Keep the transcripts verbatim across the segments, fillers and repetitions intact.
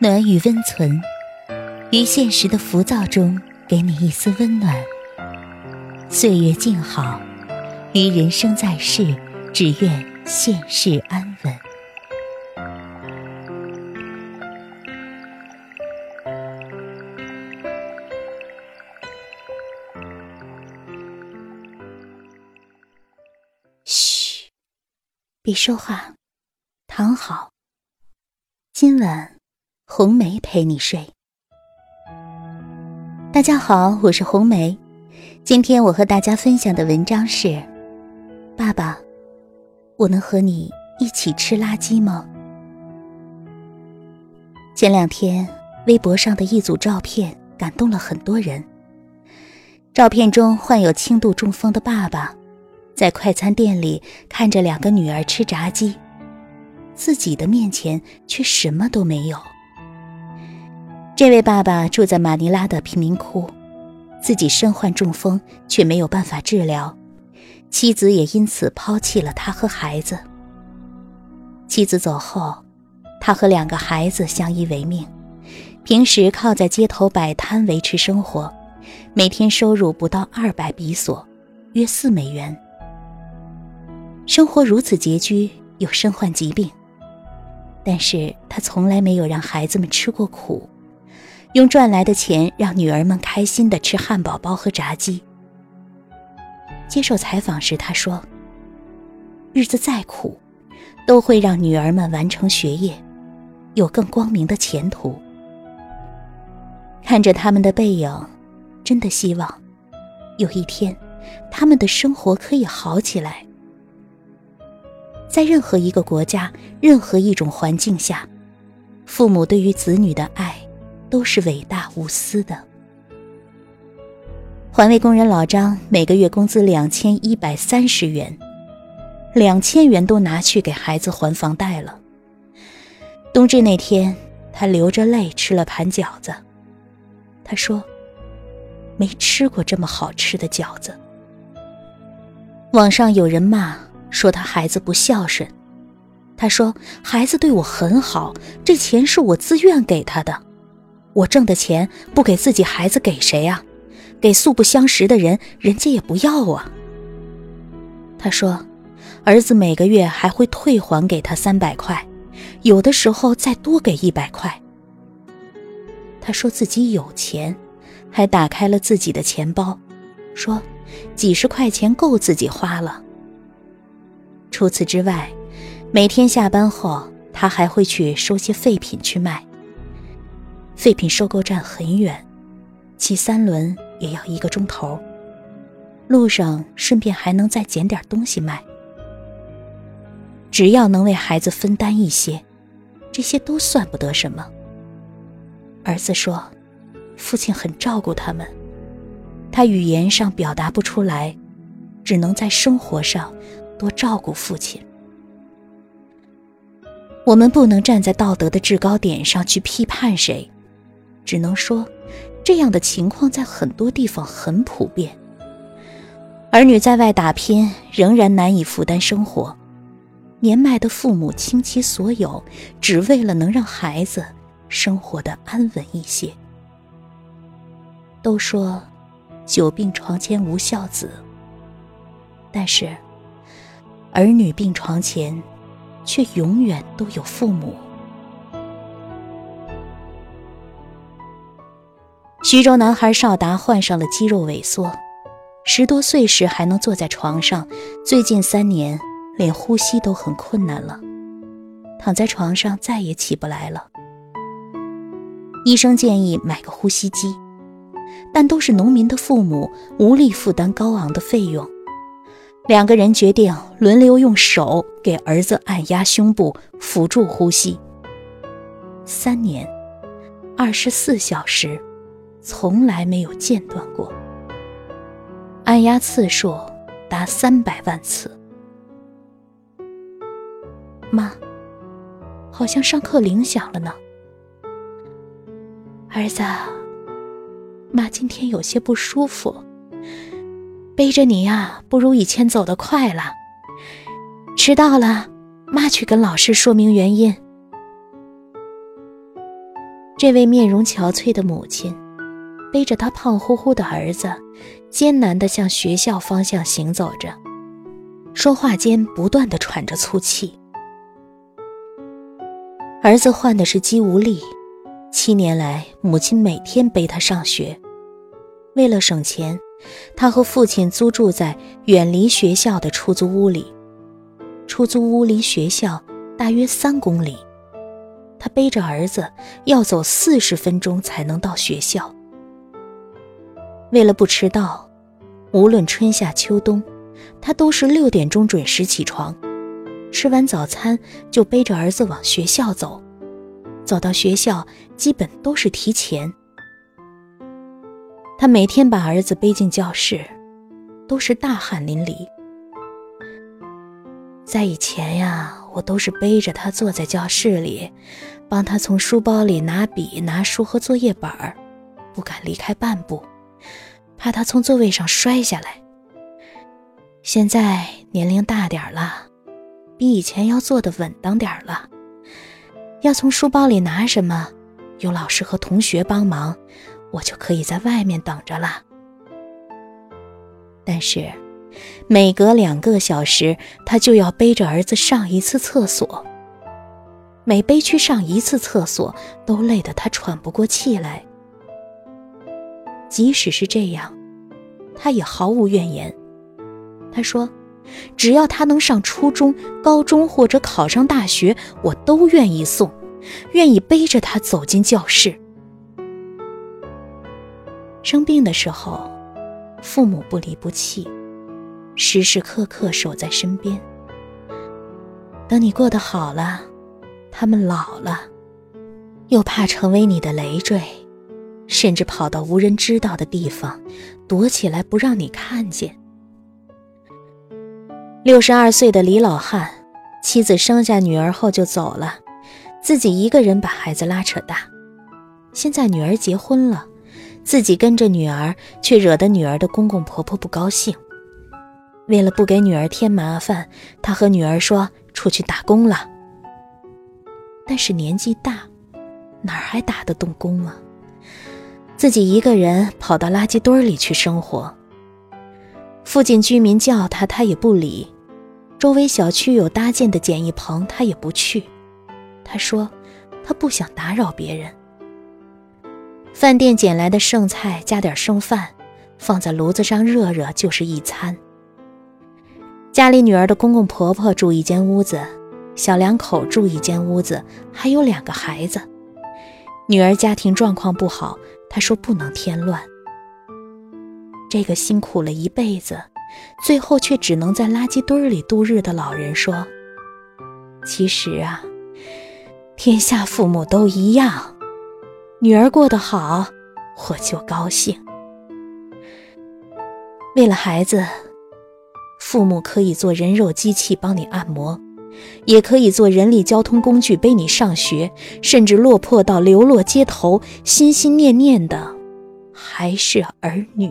暖与温存，于现实的浮躁中给你一丝温暖。岁月静好，于人生在世，只愿现世安稳。嘘，别说话，躺好。今晚红梅陪你睡。大家好，我是红梅。今天我和大家分享的文章是：爸爸，我能和你一起吃垃圾吗？前两天微博上的一组照片感动了很多人。照片中患有轻度中风的爸爸在快餐店里看着两个女儿吃炸鸡，自己的面前却什么都没有。这位爸爸住在马尼拉的贫民窟，自己身患中风却没有办法治疗，妻子也因此抛弃了他和孩子。妻子走后，他和两个孩子相依为命，平时靠在街头摆摊维持生活，每天收入不到二百比索，约四美元。生活如此拮据，又身患疾病，但是他从来没有让孩子们吃过苦，用赚来的钱让女儿们开心地吃汉堡包和炸鸡。接受采访时他说，日子再苦，都会让女儿们完成学业，有更光明的前途。看着他们的背影，真的希望有一天他们的生活可以好起来。在任何一个国家，任何一种环境下，父母对于子女的爱都是伟大无私的。环卫工人老张每个月工资两千一百三十元，两千元都拿去给孩子还房贷了。冬至那天，他流着泪吃了盘饺子。他说，没吃过这么好吃的饺子。网上有人骂说他孩子不孝顺，他说孩子对我很好，这钱是我自愿给他的，我挣的钱不给自己孩子给谁啊？给素不相识的人，人家也不要啊。他说儿子每个月还会退还给他三百块，有的时候再多给一百块。他说自己有钱，还打开了自己的钱包，说几十块钱够自己花了。除此之外，每天下班后他还会去收些废品去卖。废品收购站很远，骑三轮也要一个钟头，路上顺便还能再捡点东西卖。只要能为孩子分担一些，这些都算不得什么。儿子说，父亲很照顾他们，他语言上表达不出来，只能在生活上多照顾父亲。我们不能站在道德的制高点上去批判谁，只能说这样的情况在很多地方很普遍。儿女在外打拼，仍然难以负担生活，年迈的父母倾其所有，只为了能让孩子生活得安稳一些。都说久病床前无孝子，但是儿女病床前却永远都有父母。徐州男孩邵达患上了肌肉萎缩，十多岁时还能坐在床上，最近三年连呼吸都很困难了，躺在床上再也起不来了。医生建议买个呼吸机，但都是农民的父母，无力负担高昂的费用。两个人决定轮流用手给儿子按压胸部，辅助呼吸。三年，二十四小时，从来没有间断过。按压次数达三百万次。妈，好像上课铃响了呢。儿子，妈今天有些不舒服，背着你呀，不如以前走得快了。迟到了，妈去跟老师说明原因。 这位面容憔悴的母亲背着他胖乎乎的儿子，艰难地向学校方向行走着，说话间不断地喘着粗气。儿子患的是肌无力，七年来母亲每天背他上学。为了省钱，他和父亲租住在远离学校的出租屋里，出租屋离学校大约三公里，他背着儿子要走四十分钟才能到学校。为了不迟到，无论春夏秋冬，他都是六点钟准时起床，吃完早餐就背着儿子往学校走，走到学校基本都是提前。他每天把儿子背进教室，都是大汗淋漓。在以前呀，我都是背着他坐在教室里，帮他从书包里拿笔、拿书和作业本，不敢离开半步，怕他从座位上摔下来。现在年龄大点了，比以前要做得稳当点了。要从书包里拿什么，有老师和同学帮忙，我就可以在外面等着了。但是每隔两个小时，他就要背着儿子上一次厕所，每背去上一次厕所，都累得他喘不过气来。即使是这样，他也毫无怨言。他说，只要他能上初中、高中或者考上大学，我都愿意送，愿意背着他走进教室。生病的时候，父母不离不弃，时时刻刻守在身边。等你过得好了，他们老了，又怕成为你的累赘，甚至跑到无人知道的地方，躲起来不让你看见。六十二岁的李老汉，妻子生下女儿后就走了，自己一个人把孩子拉扯大。现在女儿结婚了，自己跟着女儿，却惹得女儿的公公婆婆不高兴。为了不给女儿添麻烦，他和女儿说出去打工了。但是年纪大，哪儿还打得动工啊？自己一个人跑到垃圾堆里去生活。附近居民叫他，他也不理。周围小区有搭建的简易棚，他也不去。他说他不想打扰别人。饭店捡来的剩菜加点剩饭，放在炉子上热热就是一餐。家里女儿的公公婆婆住一间屋子，小两口住一间屋子，还有两个孩子。女儿家庭状况不好，她说不能添乱。这个辛苦了一辈子，最后却只能在垃圾堆里度日的老人说，其实啊，天下父母都一样，女儿过得好，我就高兴。为了孩子，父母可以做人肉机器帮你按摩，也可以做人力交通工具背你上学，甚至落魄到流落街头，心心念念的还是儿女。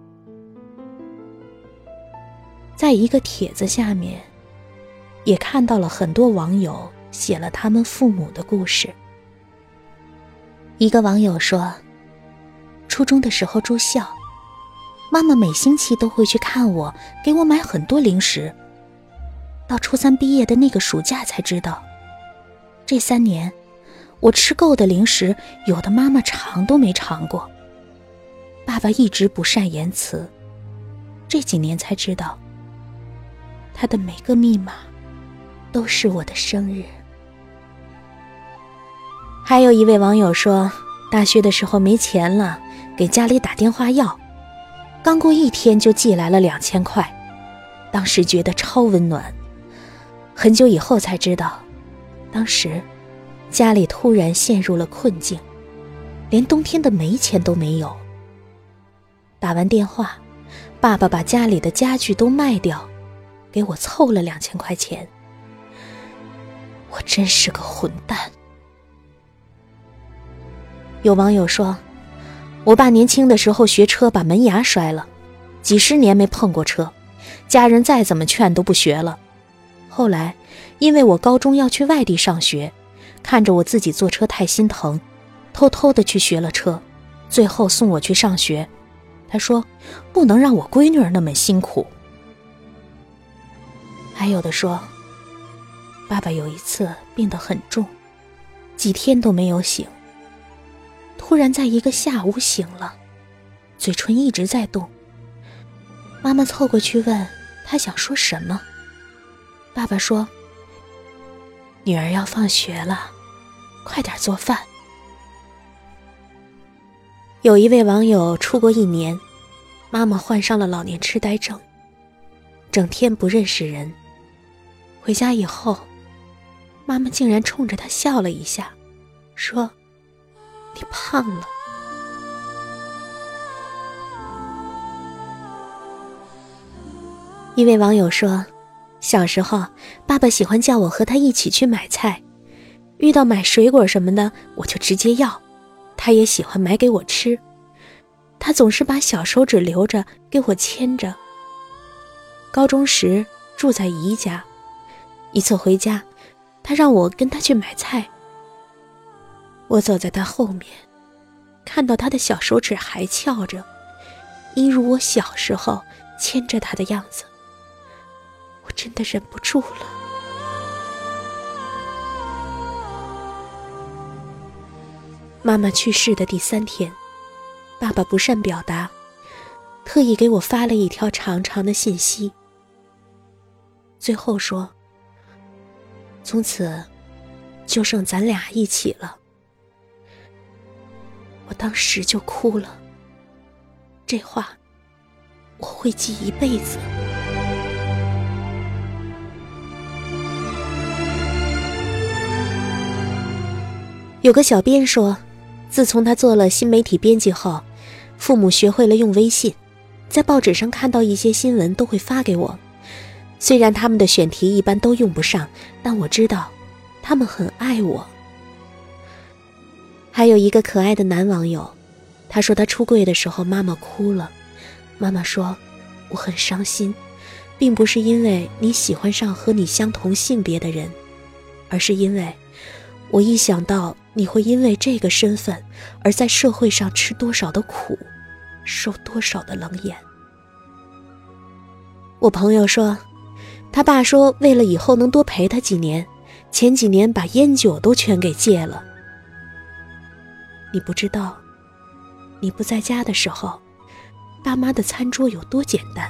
在一个帖子下面，也看到了很多网友写了他们父母的故事。一个网友说，初中的时候住校，妈妈每星期都会去看我，给我买很多零食。到初三毕业的那个暑假才知道，这三年我吃够的零食，有的妈妈尝都没尝过。爸爸一直不善言辞，这几年才知道，他的每个密码都是我的生日。还有一位网友说，大学的时候没钱了，给家里打电话要，刚过一天就寄来了两千块，当时觉得超温暖。很久以后才知道，当时家里突然陷入了困境，连冬天的煤钱都没有。打完电话，爸爸把家里的家具都卖掉，给我凑了两千块钱。我真是个混蛋。有网友说，我爸年轻的时候学车把门牙摔了，几十年没碰过车，家人再怎么劝都不学了。后来因为我高中要去外地上学，看着我自己坐车太心疼， 偷偷的去学了车，最后送我去上学。他说不能让我闺女儿那么辛苦。还有的说，爸爸有一次病得很重，几天都没有醒，突然在一个下午醒了，嘴唇一直在动。妈妈凑过去问他想说什么，爸爸说，女儿要放学了，快点做饭。有一位网友出国一年，妈妈患上了老年痴呆症，整天不认识人。回家以后，妈妈竟然冲着他笑了一下，说，你胖了。一位网友说，小时候爸爸喜欢叫我和他一起去买菜，遇到买水果什么的我就直接要，他也喜欢买给我吃，他总是把小手指留着给我牵着。高中时住在姨家，一次回家，他让我跟他去买菜，我走在他后面，看到他的小手指还翘着，一如我小时候牵着他的样子，我真的忍不住了。妈妈去世的第三天，爸爸不善表达，特意给我发了一条长长的信息，最后说，从此就剩咱俩一起了。我当时就哭了，这话我会记一辈子。有个小编说，自从他做了新媒体编辑后，父母学会了用微信，在报纸上看到一些新闻都会发给我。虽然他们的选题一般都用不上，但我知道他们很爱我。还有一个可爱的男网友，他说他出柜的时候妈妈哭了，妈妈说，我很伤心，并不是因为你喜欢上和你相同性别的人，而是因为我一想到你会因为这个身份而在社会上吃多少的苦，受多少的冷眼。我朋友说，他爸说为了以后能多陪他几年，前几年把烟酒都全给戒了。你不知道，你不在家的时候，爸妈的餐桌有多简单。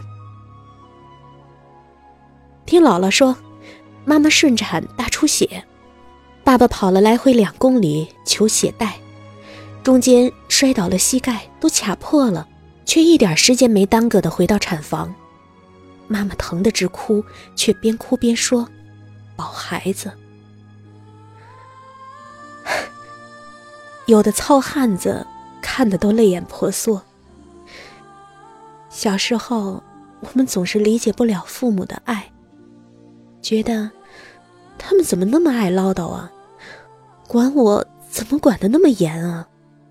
听姥姥说，妈妈顺产大出血，爸爸跑了来回两公里求血袋，中间摔倒了膝盖都卡破了，却一点时间没耽搁地回到产房。妈妈疼得直哭，却边哭边说，保孩子。有的糙汉子看得都泪眼婆娑。小时候我们总是理解不了父母的爱，觉得他们怎么那么爱唠叨啊，管我怎么管得那么严啊。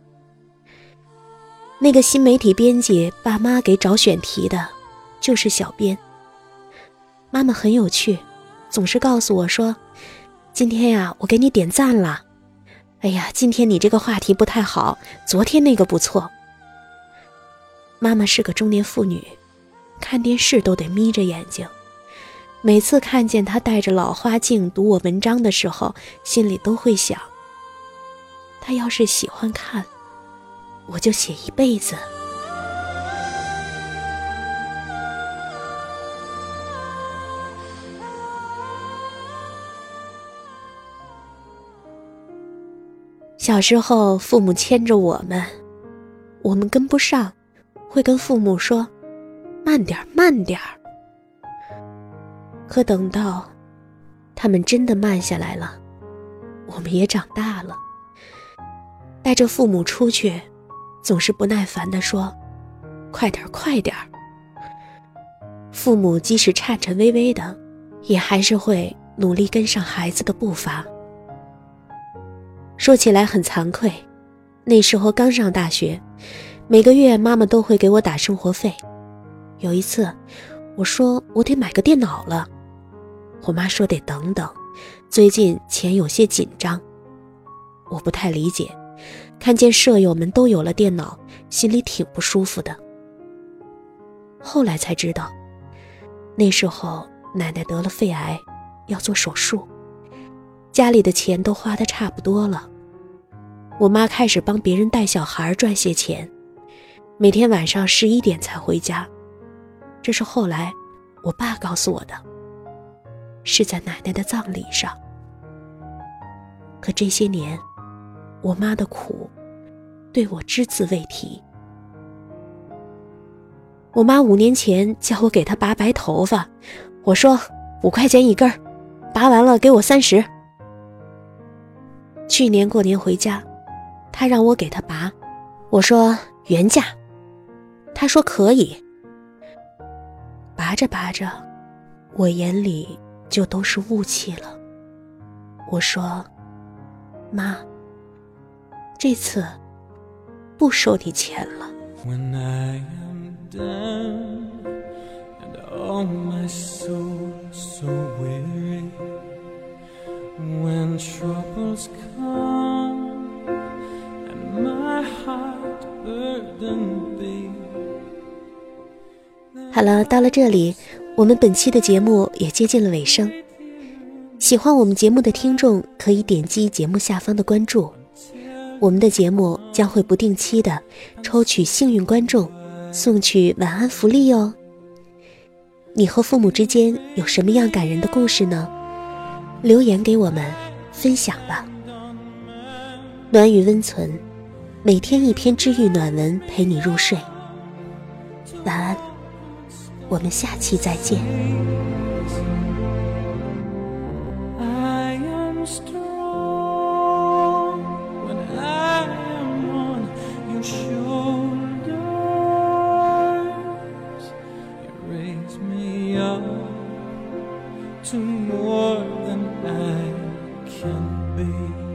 那个新媒体编辑爸妈给找选题的就是小编，妈妈很有趣，总是告诉我说，今天呀我给你点赞了，哎呀今天你这个话题不太好，昨天那个不错。妈妈是个中年妇女，看电视都得眯着眼睛，每次看见她戴着老花镜读我文章的时候，心里都会想，她要是喜欢看，我就写一辈子。小时候父母牵着我们，我们跟不上，会跟父母说慢点慢点。可等到他们真的慢下来了，我们也长大了，带着父母出去，总是不耐烦地说快点快点。父母即使颤颤巍巍的，也还是会努力跟上孩子的步伐。说起来很惭愧，那时候刚上大学，每个月妈妈都会给我打生活费。有一次我说我得买个电脑了，我妈说得等等，最近钱有些紧张。我不太理解， 看见舍友们都有了电脑，心里挺不舒服的。后来才知道，那时候奶奶得了肺癌，要做手术，家里的钱都花得差不多了。我妈开始帮别人带小孩赚些钱，每天晚上十一点才回家。这是后来我爸告诉我的，是在奶奶的葬礼上。可这些年，我妈的苦对我只字未提。我妈五年前叫我给她拔白头发，我说五块钱一根儿，拔完了给我三十。去年过年回家，她让我给她拔，我说原价，她说可以。拔着拔着，我眼里就都是雾气了。我说妈，这次不收你钱了。 When I am down and all my soul so weary, when troubles come and my heart burden be。 好了，到了这里，我们本期的节目也接近了尾声。喜欢我们节目的听众可以点击节目下方的关注，我们的节目将会不定期的抽取幸运观众，送去晚安福利哦。你和父母之间有什么样感人的故事呢？留言给我们分享吧。暖与温存，每天一篇治愈暖文陪你入睡。晚安，我们下期再见。 To more than I can be.